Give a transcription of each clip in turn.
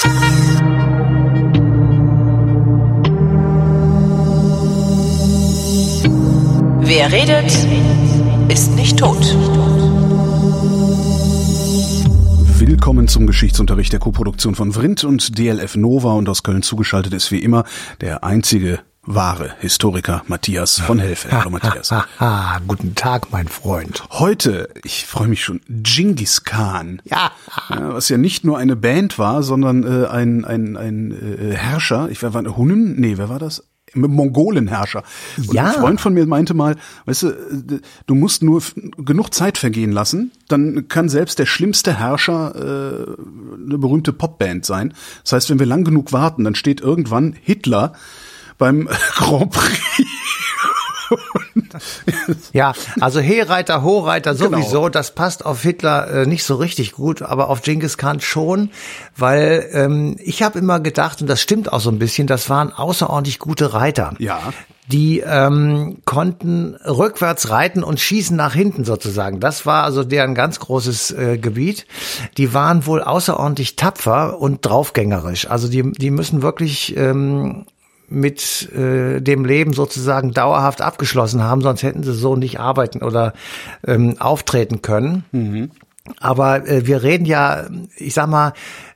Wer redet, ist nicht tot. Willkommen zum Geschichtsunterricht der Koproduktion von Vrindt und DLF Nova, und aus Köln zugeschaltet ist wie immer der einzige wahre Historiker Matthias von Helfeld. Hallo Matthias. Guten Tag, mein Freund. Heute, ich freue mich schon, Dschingis Khan. Ja. Was ja nicht nur eine Band war, sondern ein Herrscher. Wer war das? Mongolenherrscher. Und Ja. ein Freund von mir meinte mal, weißt du, du musst nur genug Zeit vergehen lassen, dann kann selbst der schlimmste Herrscher eine berühmte Popband sein. Das heißt, wenn wir lang genug warten, dann steht irgendwann Hitler beim Grand Prix. Ja, also Hereiter, Horeiter sowieso, Genau. Das passt auf Hitler nicht so richtig gut, aber auf Dschingis Khan schon, weil ich habe immer gedacht, und das stimmt auch so ein bisschen, das waren außerordentlich gute Reiter. Ja. Die konnten rückwärts reiten und schießen nach hinten sozusagen. Das war also deren ganz großes Gebiet. Die waren wohl außerordentlich tapfer und draufgängerisch. Also die müssen wirklich mit dem Leben sozusagen dauerhaft abgeschlossen haben, sonst hätten sie so nicht arbeiten oder auftreten können. Mhm. Aber wir reden ja, ich sag mal,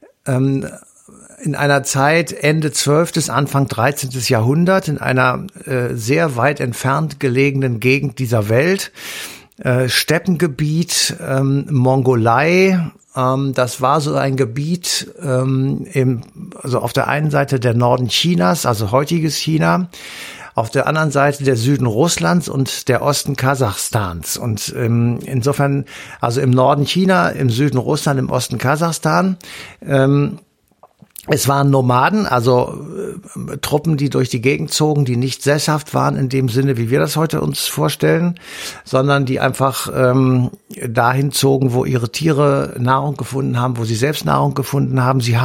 in einer Zeit Ende 12., Anfang 13. Jahrhundert, in einer sehr weit entfernt gelegenen Gegend dieser Welt, Steppengebiet, Mongolei. Das war so ein Gebiet, also auf der einen Seite der Norden Chinas, also heutiges China, auf der anderen Seite der Süden Russlands und der Osten Kasachstans. Und insofern, also im Norden China, im Süden Russland, im Osten Kasachstan. Es waren Nomaden, also Truppen, die durch die Gegend zogen, die nicht sesshaft waren in dem Sinne, wie wir das heute uns vorstellen, sondern die einfach dahin zogen, wo ihre Tiere Nahrung gefunden haben, wo sie selbst Nahrung gefunden haben. Sie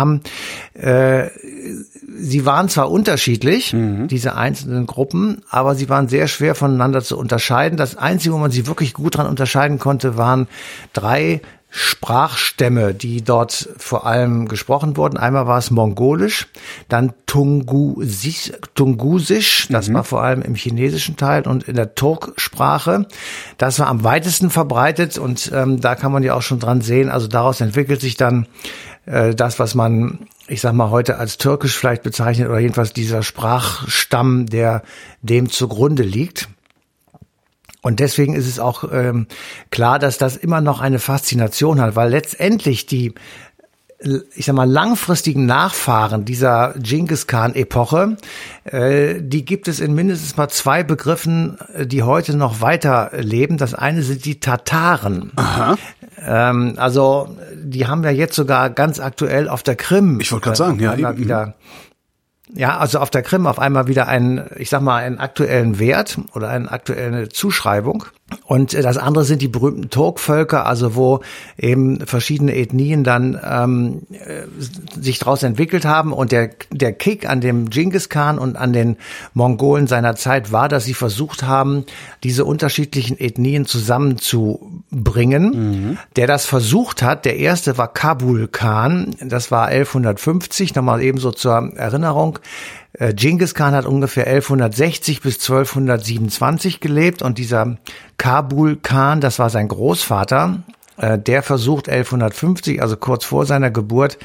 waren zwar unterschiedlich, diese einzelnen Gruppen, aber sie waren sehr schwer voneinander zu unterscheiden. Das Einzige, wo man sie wirklich gut dran unterscheiden konnte, waren 3 Sprachstämme, die dort vor allem gesprochen wurden. Einmal war es Mongolisch, dann Tungusisch, das war vor allem im chinesischen Teil, und in der Turksprache. Das war am weitesten verbreitet, und da kann man ja auch schon dran sehen, also daraus entwickelt sich dann das, was man, ich sag mal, heute als Türkisch vielleicht bezeichnet, oder jedenfalls dieser Sprachstamm, der dem zugrunde liegt. Und deswegen ist es auch klar, dass das immer noch eine Faszination hat, weil letztendlich die, ich sag mal, langfristigen Nachfahren dieser Dschingis Khan-Epoche, die gibt es in mindestens mal 2 Begriffen, die heute noch weiter leben. Das eine sind die Tataren. Aha. Also die haben wir jetzt sogar ganz aktuell auf der Krim. Ich wollte gerade sagen, ja, eben. Wieder. Ja, also auf der Krim auf einmal wieder einen aktuellen Wert oder eine aktuelle Zuschreibung. Und das andere sind die berühmten Turkvölker, also wo eben verschiedene Ethnien dann sich daraus entwickelt haben. Und der Kick an dem Dschingis Khan und an den Mongolen seiner Zeit war, dass sie versucht haben, diese unterschiedlichen Ethnien zusammenzubringen. Der das versucht hat, der erste war Kabul Khan, das war 1150, nochmal ebenso zur Erinnerung. Dschingis Khan hat ungefähr 1160 bis 1227 gelebt, und dieser Kabul Khan, das war sein Großvater, der versucht 1150, also kurz vor seiner Geburt,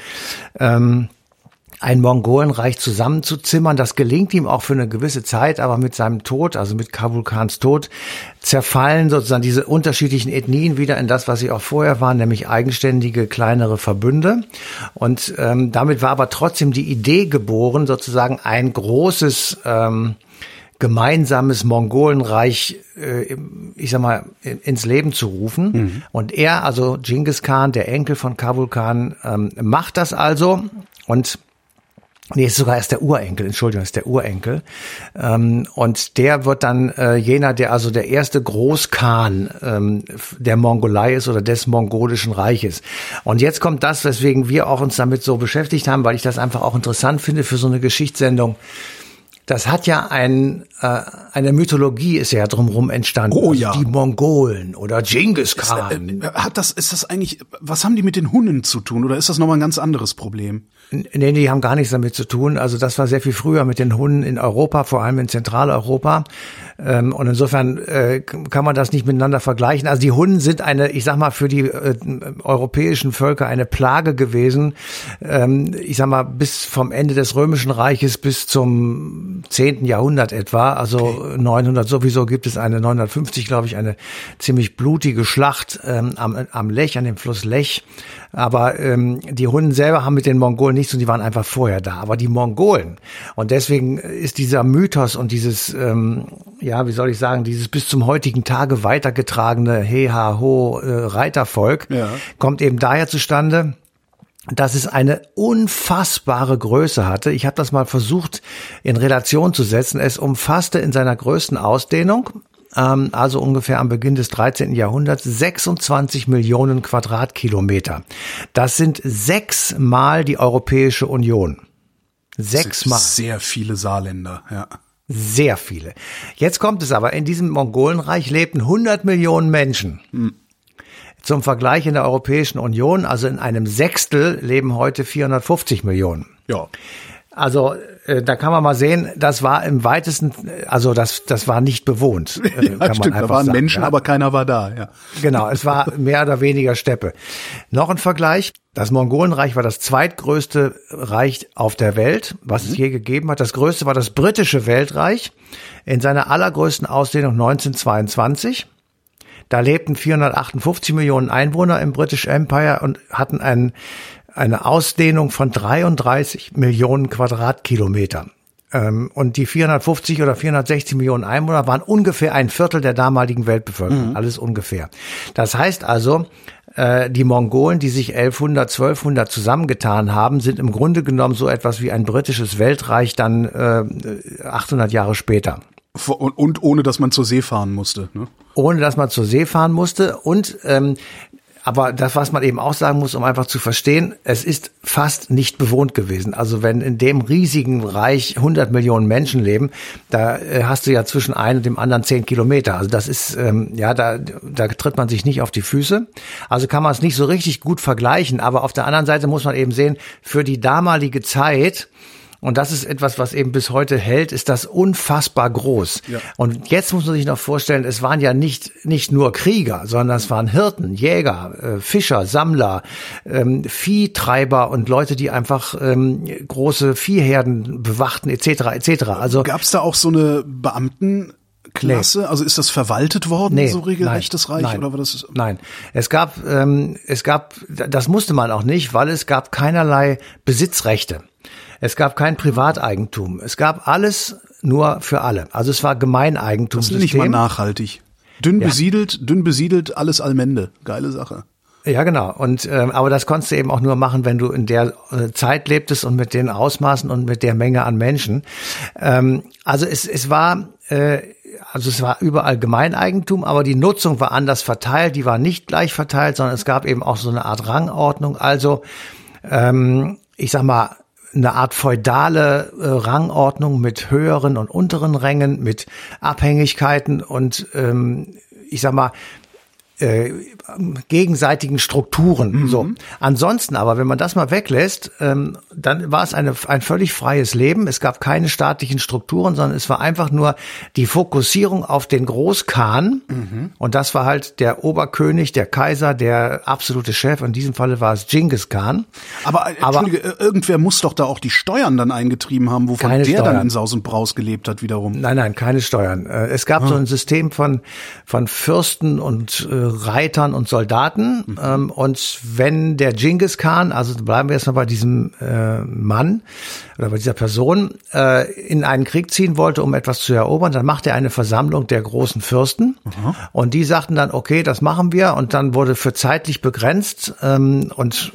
ein Mongolenreich zusammenzuzimmern. Das gelingt ihm auch für eine gewisse Zeit, aber mit seinem Tod, also mit Kabul Khans Tod, zerfallen sozusagen diese unterschiedlichen Ethnien wieder in das, was sie auch vorher waren, nämlich eigenständige, kleinere Verbünde. Und damit war aber trotzdem die Idee geboren, sozusagen ein großes gemeinsames Mongolenreich, ich sag mal, ins Leben zu rufen. Und er, also Dschingis Khan, der Enkel von Kabul Khan, macht das also, und ist sogar erst der Urenkel, Entschuldigung, ist der Urenkel. Und der wird dann jener, der also der erste Großkhan der Mongolei ist oder des mongolischen Reiches. Und jetzt kommt das, weswegen wir auch uns damit so beschäftigt haben, weil ich das einfach auch interessant finde für so eine Geschichtssendung. Das hat ja eine Mythologie ist ja drumherum entstanden. Oh ja. Die Mongolen oder Genghis Khan. Ist das eigentlich, was haben die mit den Hunnen zu tun oder ist das nochmal ein ganz anderes Problem? Nee, die haben gar nichts damit zu tun. Also das war sehr viel früher mit den Hunnen in Europa, vor allem in Zentraleuropa. Und insofern kann man das nicht miteinander vergleichen. Also die Hunnen sind ich sag mal, für die europäischen Völker eine Plage gewesen. Ich sag mal, bis vom Ende des Römischen Reiches bis zum 10. Jahrhundert etwa. Also 900 sowieso gibt es 950, glaube ich, eine ziemlich blutige Schlacht am Lech, an dem Fluss Lech. Aber die Hunnen selber haben mit den Mongolen nichts und die waren einfach vorher da. Aber die Mongolen, und deswegen ist dieser Mythos und dieses, wie soll ich sagen, dieses bis zum heutigen Tage weitergetragene Reitervolk, kommt eben daher zustande, dass es eine unfassbare Größe hatte. Ich habe das mal versucht in Relation zu setzen. Es umfasste in seiner größten Ausdehnung, also ungefähr am Beginn des 13. Jahrhunderts, 26 Millionen Quadratkilometer. Das sind 6-mal die Europäische Union. 6-mal. Sehr viele Saarländer, ja. Sehr viele. Jetzt kommt es aber, in diesem Mongolenreich lebten 100 Millionen Menschen. Zum Vergleich in der Europäischen Union, also in einem Sechstel, leben heute 450 Millionen. Ja. Also da kann man mal sehen, das war im weitesten, also das war nicht bewohnt. Ja, stimmt, da waren Menschen, aber keiner war da. Ja. Genau, es war mehr oder weniger Steppe. Noch ein Vergleich, das Mongolenreich war das zweitgrößte Reich auf der Welt, was es je gegeben hat. Das größte war das britische Weltreich in seiner allergrößten Ausdehnung 1922. Da lebten 458 Millionen Einwohner im British Empire und hatten eine Ausdehnung von 33 Millionen Quadratkilometer. Und die 450 oder 460 Millionen Einwohner waren ungefähr ein Viertel der damaligen Weltbevölkerung. Alles ungefähr. Das heißt also, die Mongolen, die sich 1100, 1200 zusammengetan haben, sind im Grunde genommen so etwas wie ein britisches Weltreich dann 800 Jahre später. Und ohne, dass man zur See fahren musste, ne? Ohne, dass man zur See fahren musste und aber das, was man eben auch sagen muss, um einfach zu verstehen, es ist fast nicht bewohnt gewesen. Also wenn in dem riesigen Reich 100 Millionen Menschen leben, da hast du ja zwischen einem und dem anderen 10 Kilometer. Also das ist, da tritt man sich nicht auf die Füße. Also kann man es nicht so richtig gut vergleichen. Aber auf der anderen Seite muss man eben sehen, für die damalige Zeit, und das ist etwas, was eben bis heute hält, ist das unfassbar groß. Ja. Und jetzt muss man sich noch vorstellen, es waren ja nicht nur Krieger, sondern es waren Hirten, Jäger, Fischer, Sammler, Viehtreiber und Leute, die einfach große Viehherden bewachten, etc. etc. Also gab's da auch so eine Beamtenklasse? Nee. Also ist das verwaltet worden, so regelrecht das Reich? Nein, oder war das? Nein, es gab, das musste man auch nicht, weil es gab keinerlei Besitzrechte. Es gab kein Privateigentum. Es gab alles nur für alle. Also es war Gemeineigentum. Das ist nicht mal nachhaltig. Dünn besiedelt, alles Allmende. Geile Sache. Ja, genau. Und aber das konntest du eben auch nur machen, wenn du in der Zeit lebtest und mit den Ausmaßen und mit der Menge an Menschen. Also es war überall Gemeineigentum, aber die Nutzung war anders verteilt. Die war nicht gleich verteilt, sondern es gab eben auch so eine Art Rangordnung. Also ich sag mal, eine Art feudale Rangordnung mit höheren und unteren Rängen, mit Abhängigkeiten und ich sag mal gegenseitigen Strukturen. So. Ansonsten aber, wenn man das mal weglässt, dann war es ein völlig freies Leben. Es gab keine staatlichen Strukturen, sondern es war einfach nur die Fokussierung auf den Großkhan. Und das war halt der Oberkönig, der Kaiser, der absolute Chef. In diesem Falle war es Genghis Khan. Aber Entschuldige, irgendwer muss doch da auch die Steuern dann eingetrieben haben, wovon der Steuern dann in Saus und Braus gelebt hat wiederum. Nein, keine Steuern. Es gab so ein System von Fürsten und Reitern und Soldaten. Und wenn der Genghis Khan, also bleiben wir erstmal bei diesem Mann oder bei dieser Person, in einen Krieg ziehen wollte, um etwas zu erobern, dann machte er eine Versammlung der großen Fürsten. Und die sagten dann, okay, das machen wir. Und dann wurde für zeitlich begrenzt und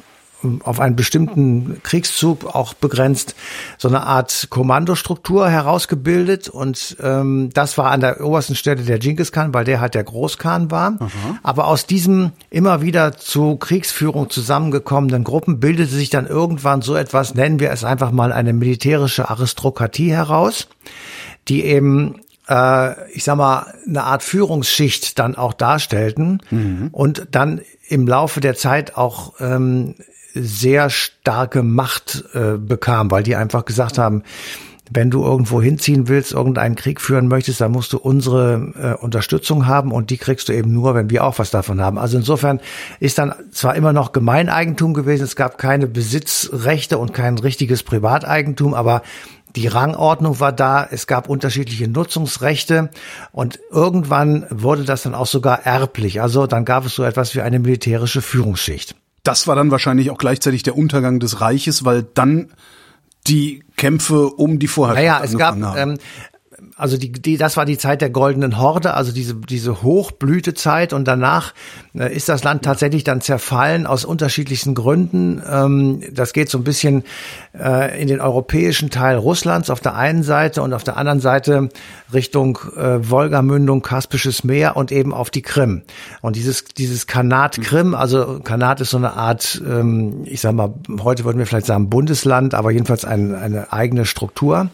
auf einen bestimmten Kriegszug auch begrenzt, so eine Art Kommandostruktur herausgebildet und das war an der obersten Stelle der Genghis Khan, weil der halt der Großkhan war. Aha. Aber aus diesem immer wieder zu Kriegsführung zusammengekommenen Gruppen bildete sich dann irgendwann so etwas, nennen wir es einfach mal eine militärische Aristokratie heraus, die eben ich sag mal, eine Art Führungsschicht dann auch darstellten und dann im Laufe der Zeit auch sehr starke Macht bekam, weil die einfach gesagt haben, wenn du irgendwo hinziehen willst, irgendeinen Krieg führen möchtest, dann musst du unsere Unterstützung haben und die kriegst du eben nur, wenn wir auch was davon haben. Also insofern ist dann zwar immer noch Gemeineigentum gewesen, es gab keine Besitzrechte und kein richtiges Privateigentum, aber die Rangordnung war da, es gab unterschiedliche Nutzungsrechte und irgendwann wurde das dann auch sogar erblich. Also dann gab es so etwas wie eine militärische Führungsschicht. Das war dann wahrscheinlich auch gleichzeitig der Untergang des Reiches, weil dann die Kämpfe um die Vorherrschaft angefangen haben. Also das war die Zeit der goldenen Horde, also diese Hochblütezeit und danach ist das Land tatsächlich dann zerfallen aus unterschiedlichsten Gründen. Das geht so ein bisschen in den europäischen Teil Russlands auf der einen Seite und auf der anderen Seite Richtung Wolgamündung, Kaspisches Meer und eben auf die Krim. Und dieses Khanat Krim, also Khanat ist so eine Art, ich sag mal, heute würden wir vielleicht sagen Bundesland, aber jedenfalls eine eigene Struktur.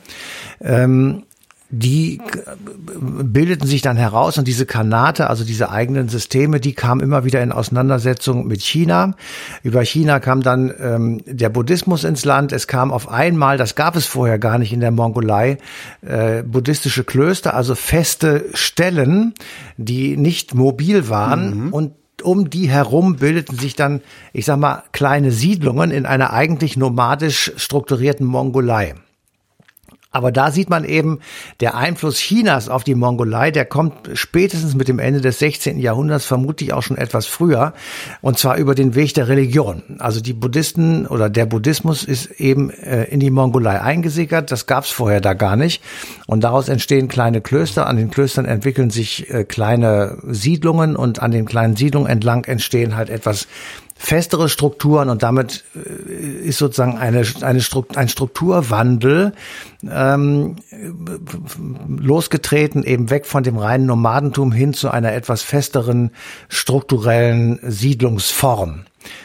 Die bildeten sich dann heraus und diese Khanate, also diese eigenen Systeme, die kamen immer wieder in Auseinandersetzung mit China. Über China kam dann der Buddhismus ins Land. Es kam auf einmal, das gab es vorher gar nicht in der Mongolei, buddhistische Klöster, also feste Stellen, die nicht mobil waren und um die herum bildeten sich dann, ich sag mal, kleine Siedlungen in einer eigentlich nomadisch strukturierten Mongolei. Aber da sieht man eben, der Einfluss Chinas auf die Mongolei, der kommt spätestens mit dem Ende des 16. Jahrhunderts, vermutlich auch schon etwas früher, und zwar über den Weg der Religion. Also die Buddhisten oder der Buddhismus ist eben in die Mongolei eingesickert, das gab's vorher da gar nicht. Und daraus entstehen kleine Klöster, an den Klöstern entwickeln sich kleine Siedlungen und an den kleinen Siedlungen entlang entstehen halt etwas festere Strukturen und damit ist sozusagen ein Strukturwandel losgetreten, eben weg von dem reinen Nomadentum hin zu einer etwas festeren strukturellen Siedlungsform.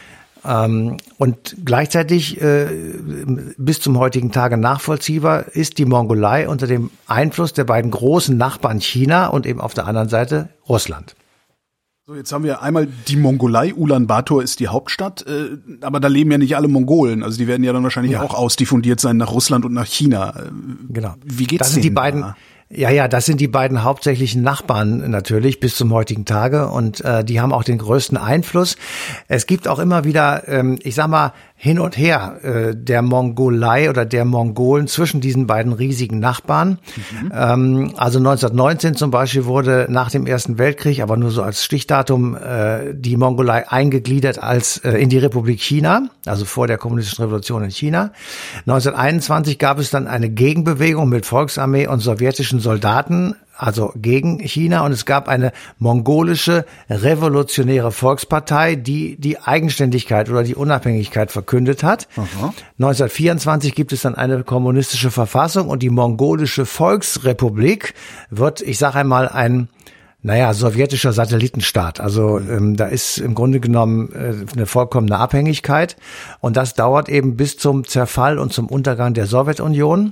Und gleichzeitig bis zum heutigen Tage nachvollziehbar ist die Mongolei unter dem Einfluss der beiden großen Nachbarn China und eben auf der anderen Seite Russland. So, jetzt haben wir einmal die Mongolei, Ulaanbaatar ist die Hauptstadt, aber da leben ja nicht alle Mongolen, also die werden ja dann wahrscheinlich auch ausdiffundiert sein nach Russland und nach China. Genau. Wie geht's das sind die beiden? Ja, das sind die beiden hauptsächlichen Nachbarn natürlich bis zum heutigen Tage und die haben auch den größten Einfluss. Es gibt auch immer wieder, ich sag mal, hin und her der Mongolei oder der Mongolen zwischen diesen beiden riesigen Nachbarn. Also 1919 zum Beispiel wurde nach dem Ersten Weltkrieg, aber nur so als Stichdatum, die Mongolei eingegliedert als in die Republik China, also vor der kommunistischen Revolution in China. 1921 gab es dann eine Gegenbewegung mit Volksarmee und sowjetischen Soldaten, also gegen China, und es gab eine mongolische revolutionäre Volkspartei, die die Eigenständigkeit oder die Unabhängigkeit verkündet hat. Aha. 1924 gibt es dann eine kommunistische Verfassung und die mongolische Volksrepublik wird, ich sage einmal, ein sowjetischer Satellitenstaat. Also da ist im Grunde genommen eine vollkommene Abhängigkeit und das dauert eben bis zum Zerfall und zum Untergang der Sowjetunion.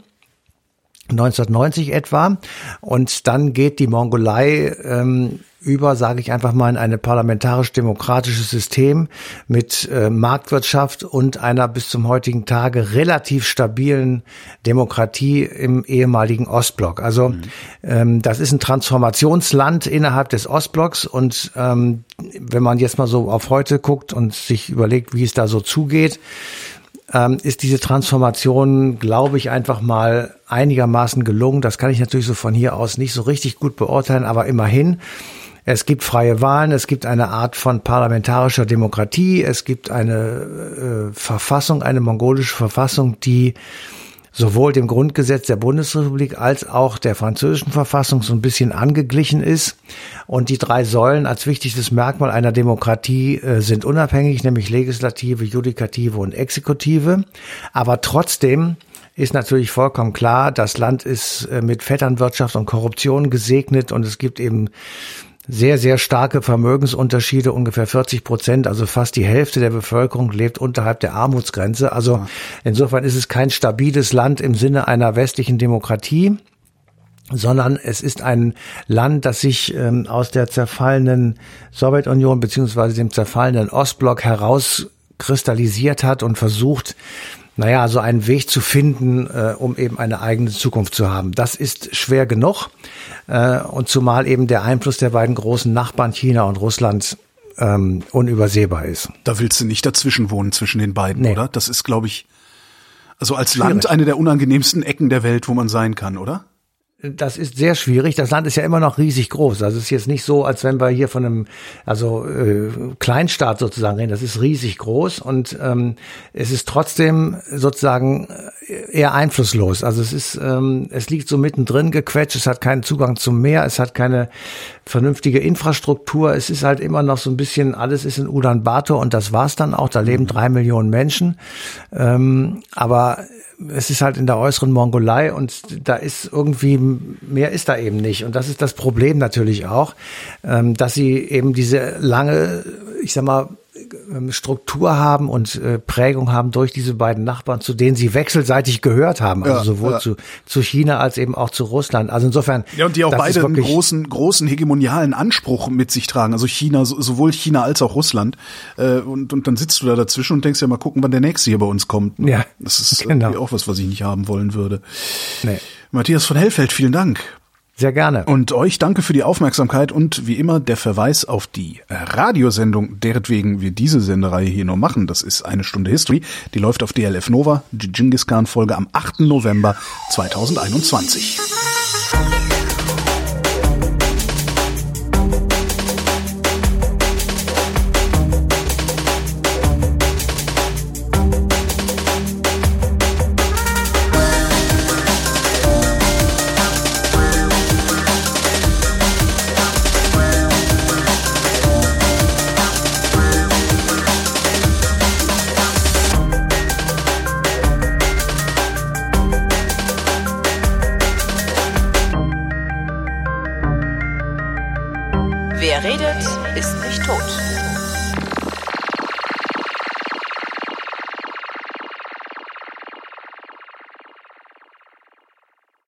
1990 etwa und dann geht die Mongolei über, sage ich einfach mal, in ein parlamentarisch-demokratisches System mit Marktwirtschaft und einer bis zum heutigen Tage relativ stabilen Demokratie im ehemaligen Ostblock. Also das ist ein Transformationsland innerhalb des Ostblocks und wenn man jetzt mal so auf heute guckt und sich überlegt, wie es da so zugeht, ist diese Transformation, glaube ich, einfach mal einigermaßen gelungen. Das kann ich natürlich so von hier aus nicht so richtig gut beurteilen, aber immerhin. Es gibt freie Wahlen, es gibt eine Art von parlamentarischer Demokratie, es gibt eine Verfassung, eine mongolische Verfassung, die sowohl dem Grundgesetz der Bundesrepublik als auch der französischen Verfassung so ein bisschen angeglichen ist. Und die 3 Säulen als wichtigstes Merkmal einer Demokratie sind unabhängig, nämlich Legislative, Judikative und Exekutive. Aber trotzdem ist natürlich vollkommen klar, das Land ist mit Vetternwirtschaft und Korruption gesegnet und es gibt eben sehr, sehr starke Vermögensunterschiede. Ungefähr 40%, also fast die Hälfte der Bevölkerung lebt unterhalb der Armutsgrenze. Also insofern ist es kein stabiles Land im Sinne einer westlichen Demokratie, sondern es ist ein Land, das sich aus der zerfallenen Sowjetunion beziehungsweise dem zerfallenen Ostblock herauskristallisiert hat und versucht, so einen Weg zu finden, um eben eine eigene Zukunft zu haben. Das ist schwer genug. Und zumal eben der Einfluss der beiden großen Nachbarn China und Russland unübersehbar ist. Da willst du nicht dazwischen wohnen zwischen den beiden, Nee. oder? Das ist, glaube ich, also als Schwierig. Land eine der unangenehmsten Ecken der Welt, wo man sein kann, oder? Das ist sehr schwierig. Das Land ist ja immer noch riesig groß. Also es ist jetzt nicht so, als wenn wir hier von einem Kleinstaat sozusagen reden. Das ist riesig groß und es ist trotzdem sozusagen eher einflusslos. Also es liegt so mittendrin gequetscht. Es hat keinen Zugang zum Meer. Es hat keine vernünftige Infrastruktur. Es ist halt immer noch so ein bisschen, alles ist in Ulaanbaatar und das war's dann auch. Da leben 3 Millionen Menschen. Aber es ist halt in der äußeren Mongolei und da ist irgendwie, mehr ist da eben nicht. Und das ist das Problem natürlich auch, dass sie eben diese lange, Struktur haben und Prägung haben durch diese beiden Nachbarn, zu denen sie wechselseitig gehört haben. Also sowohl zu China als eben auch zu Russland. Also insofern. Ja, und die auch beide einen großen hegemonialen Anspruch mit sich tragen. Also China, sowohl China als auch Russland. Und dann sitzt du da dazwischen und denkst ja mal gucken, wann der nächste hier bei uns kommt. Ja, das ist irgendwie auch was ich nicht haben wollen würde. Nee. Matthias von Hellfeld, vielen Dank. Sehr gerne. Und euch danke für die Aufmerksamkeit und wie immer der Verweis auf die Radiosendung, deretwegen wir diese Sendereihe hier nur machen. Das ist eine Stunde History. Die läuft auf DLF Nova, die Genghis Khan Folge am 8. November 2021. Wer redet, ist nicht tot.